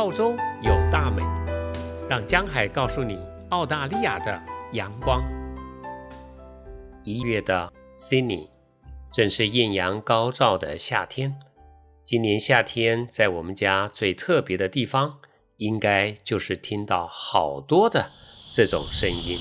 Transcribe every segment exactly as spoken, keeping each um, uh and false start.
澳洲有大美，让江海告诉你澳大利亚的阳光。一月的 Sydney 正是艳阳高照的夏天。今年夏天在我们家最特别的地方，应该就是听到好多的这种声音。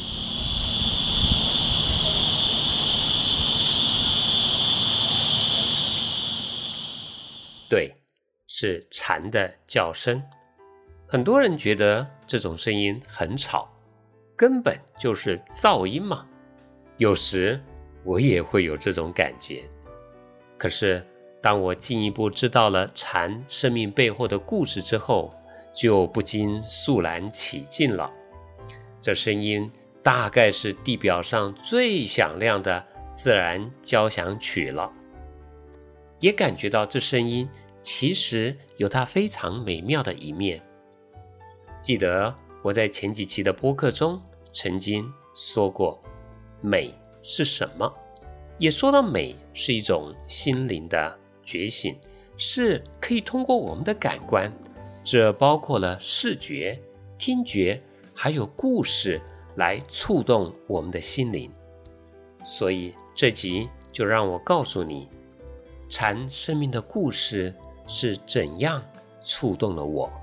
对，是蝉的叫声。很多人觉得这种声音很吵，根本就是噪音嘛。有时我也会有这种感觉。可是当我进一步知道了蝉生命背后的故事之后，就不禁肃然起敬了。这声音大概是地表上最响亮的自然交响曲了。也感觉到这声音其实有它非常美妙的一面。记得我在前几期的播客中曾经说过，美是什么？也说到美是一种心灵的觉醒，是可以通过我们的感官，这包括了视觉、听觉，还有故事来触动我们的心灵。所以这集就让我告诉你，蝉生命的故事是怎样触动了我。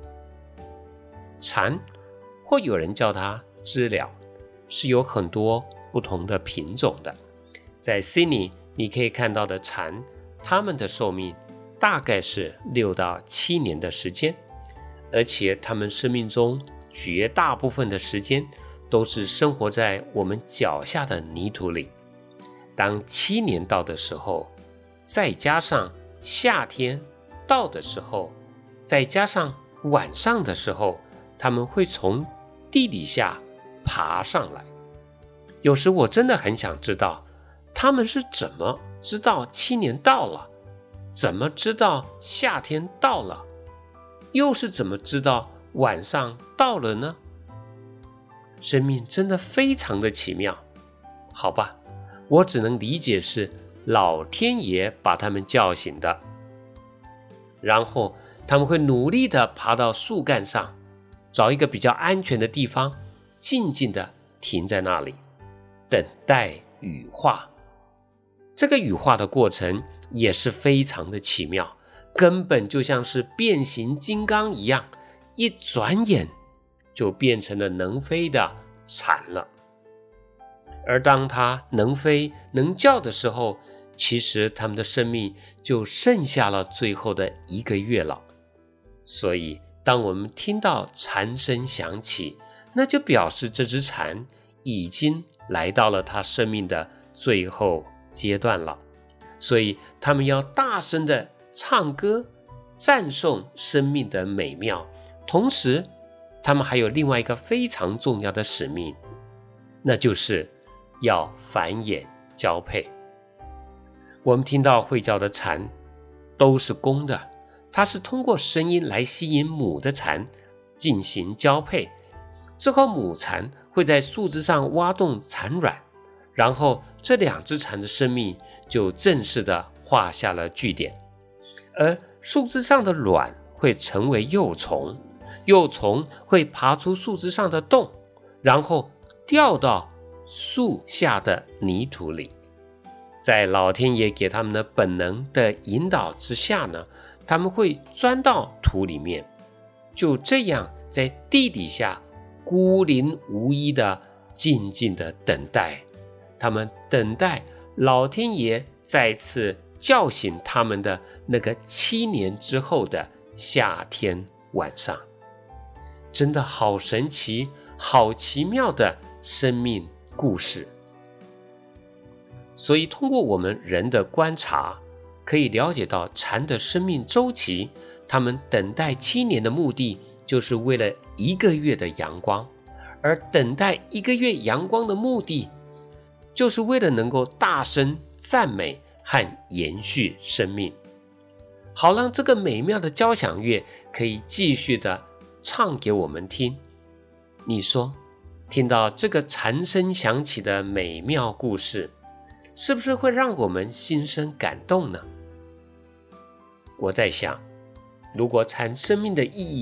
蝉，或有人叫它知了，是有很多不同的品种的。在 Sydney 你可以看到的蝉，它们的寿命大概是六到七年的时间，而且它们生命中绝大部分的时间都是生活在我们脚下的泥土里。当七年到的时候，再加上夏天到的时候，再加上晚上的时候，他们会从地底下爬上来。有时我真的很想知道，他们是怎么知道七年到了，怎么知道夏天到了，又是怎么知道晚上到了呢？生命真的非常的奇妙。好吧，我只能理解是老天爷把他们叫醒的，然后他们会努力地爬到树干上，找一个比较安全的地方，静静地停在那里，等待羽化。这个羽化的过程也是非常的奇妙，根本就像是变形金刚一样，一转眼就变成了能飞的蝉了。而当它能飞能叫的时候，其实它们的生命就剩下了最后的一个月了。所以当我们听到蝉声响起，那就表示这只蝉已经来到了它生命的最后阶段了。所以他们要大声的唱歌，赞颂生命的美妙。同时他们还有另外一个非常重要的使命，那就是要繁衍交配。我们听到会叫的蝉都是公的，它是通过声音来吸引母的蝉进行交配，之后母蝉会在树枝上挖洞产卵，然后这两只蝉的生命就正式的画下了句点。而树枝上的卵会成为幼虫，幼虫会爬出树枝上的洞，然后掉到树下的泥土里。在老天爷给他们的本能的引导之下呢，他们会钻到土里面，就这样在地底下孤零无依的静静的等待。他们等待老天爷再次叫醒他们的那个七年之后的夏天晚上。真的好神奇，好奇妙的生命故事。所以通过我们人的观察，可以了解到蝉的生命周期，他们等待七年的目的就是为了一个月的阳光，而等待一个月阳光的目的就是为了能够大声赞美和延续生命，好让这个美妙的交响乐可以继续的唱给我们听。你说，听到这个蝉声响起的美妙故事，是不是会让我们心生感动呢？我在想，如果蝉生命的意义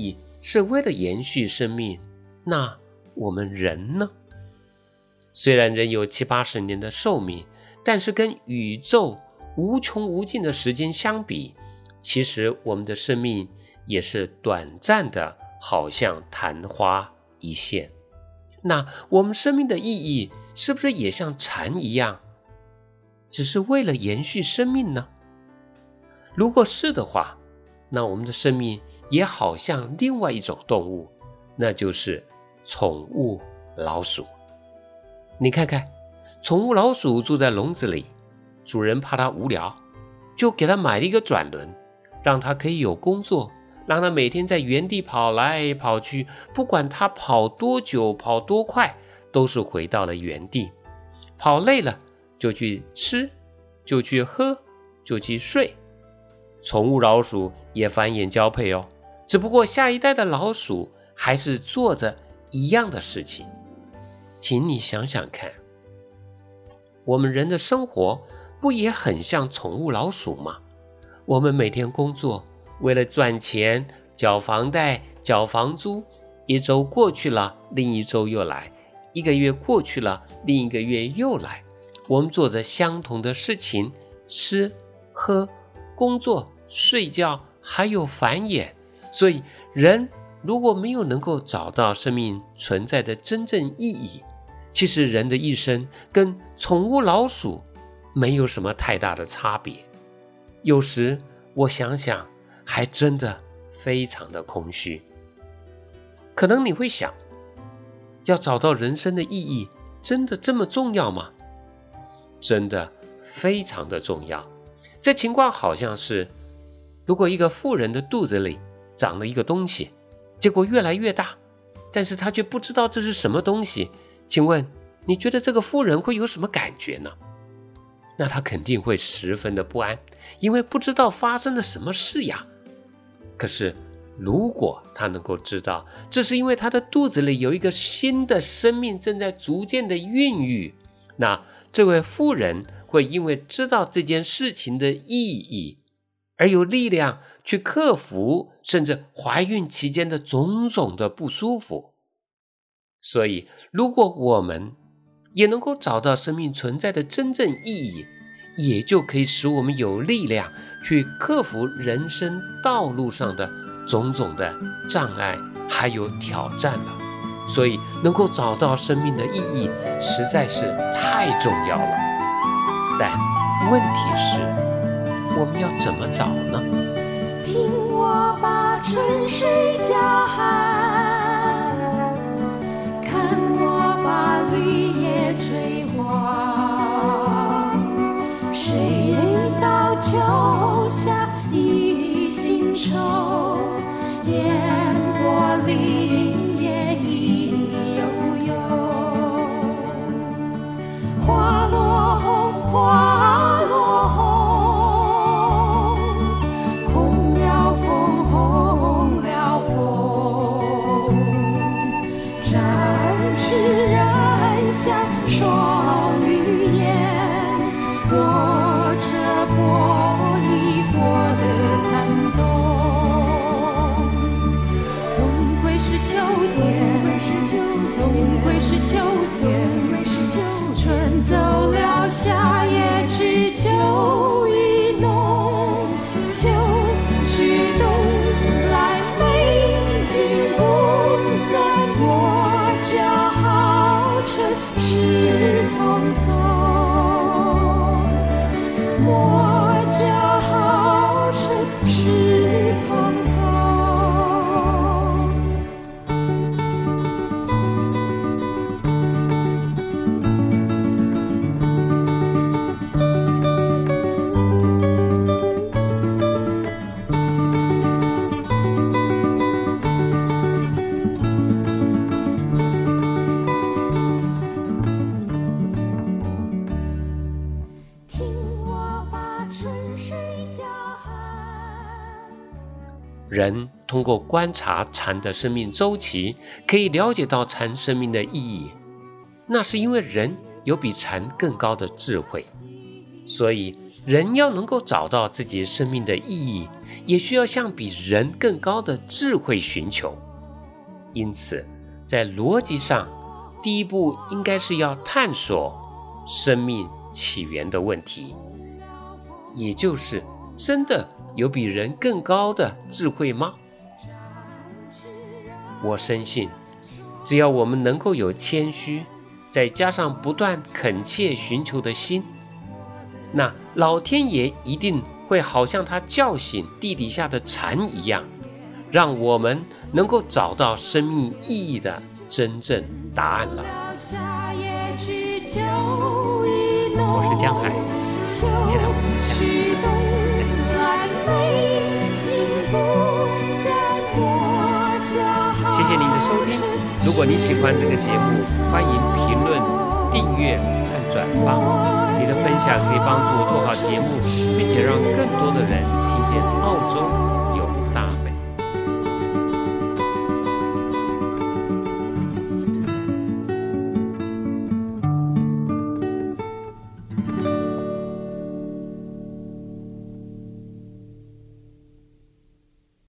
是为了延续生命，那我们人呢？虽然人有七八十年的寿命，但是跟宇宙无穷无尽的时间相比，其实我们的生命也是短暂的，好像昙花一现。那我们生命的意义是不是也像蝉一样，只是为了延续生命呢？如果是的话，那我们的生命也好像另外一种动物，那就是宠物老鼠。你看看，宠物老鼠住在笼子里，主人怕它无聊，就给它买了一个转轮，让它可以有工作，让它每天在原地跑来跑去，不管它跑多久跑多快，都是回到了原地。跑累了就去吃，就去喝，就去睡。宠物老鼠也繁衍交配哦，只不过下一代的老鼠还是做着一样的事情。请你想想看，我们人的生活不也很像宠物老鼠吗？我们每天工作，为了赚钱，缴房贷，缴房租，一周过去了，另一周又来，一个月过去了，另一个月又来。我们做着相同的事情，吃、喝、工作、睡觉，还有繁衍。所以人如果没有能够找到生命存在的真正意义，其实人的一生跟宠物老鼠没有什么太大的差别。有时我想想，还真的非常的空虚。可能你会想，要找到人生的意义，真的这么重要吗？真的非常的重要。这情况好像是，如果一个妇人的肚子里长了一个东西，结果越来越大，但是她却不知道这是什么东西，请问你觉得这个妇人会有什么感觉呢？那她肯定会十分的不安，因为不知道发生了什么事呀。可是如果她能够知道，这是因为她的肚子里有一个新的生命正在逐渐的孕育，那这位妇人会因为知道这件事情的意义，而有力量去克服甚至怀孕期间的种种的不舒服。所以如果我们也能够找到生命存在的真正意义，也就可以使我们有力量去克服人生道路上的种种的障碍还有挑战了。所以能够找到生命的意义实在是太重要了。但问题是，我们要怎么找呢？ 听我把春水叫喊，看我把绿叶吹黄，谁到秋夏一心愁，雁过林野意悠悠。花落红，花落红，红了枫，红了枫。展翅人向双语言，握着波一波的残冬。总归是秋天，总归是秋天，春走了，夏也去，秋意浓，秋去冬来，美景不在，我骄傲，春事匆匆，我骄傲，春事匆匆。 人通过观察蝉的生命周期，可以了解到蝉生命的意义。那是因为人有比蝉更高的智慧，所以人要能够找到自己生命的意义，也需要向比人更高的智慧寻求。 因此，在逻辑上，第一步应该是要探索生命起源的问题，也就是真的有比人更高的智慧吗？我深信，只要我们能够有谦虚，再加上不断恳切寻求的心，那老天爷一定会好像他叫醒地底下的蝉一样，让我们能够找到生命意义的真正答案了。我是江海，期待我们下次再见。谢谢您的收听，如果你喜欢这个节目，欢迎评论、订阅和转发。你的分享可以帮助我做好节目，并且让更多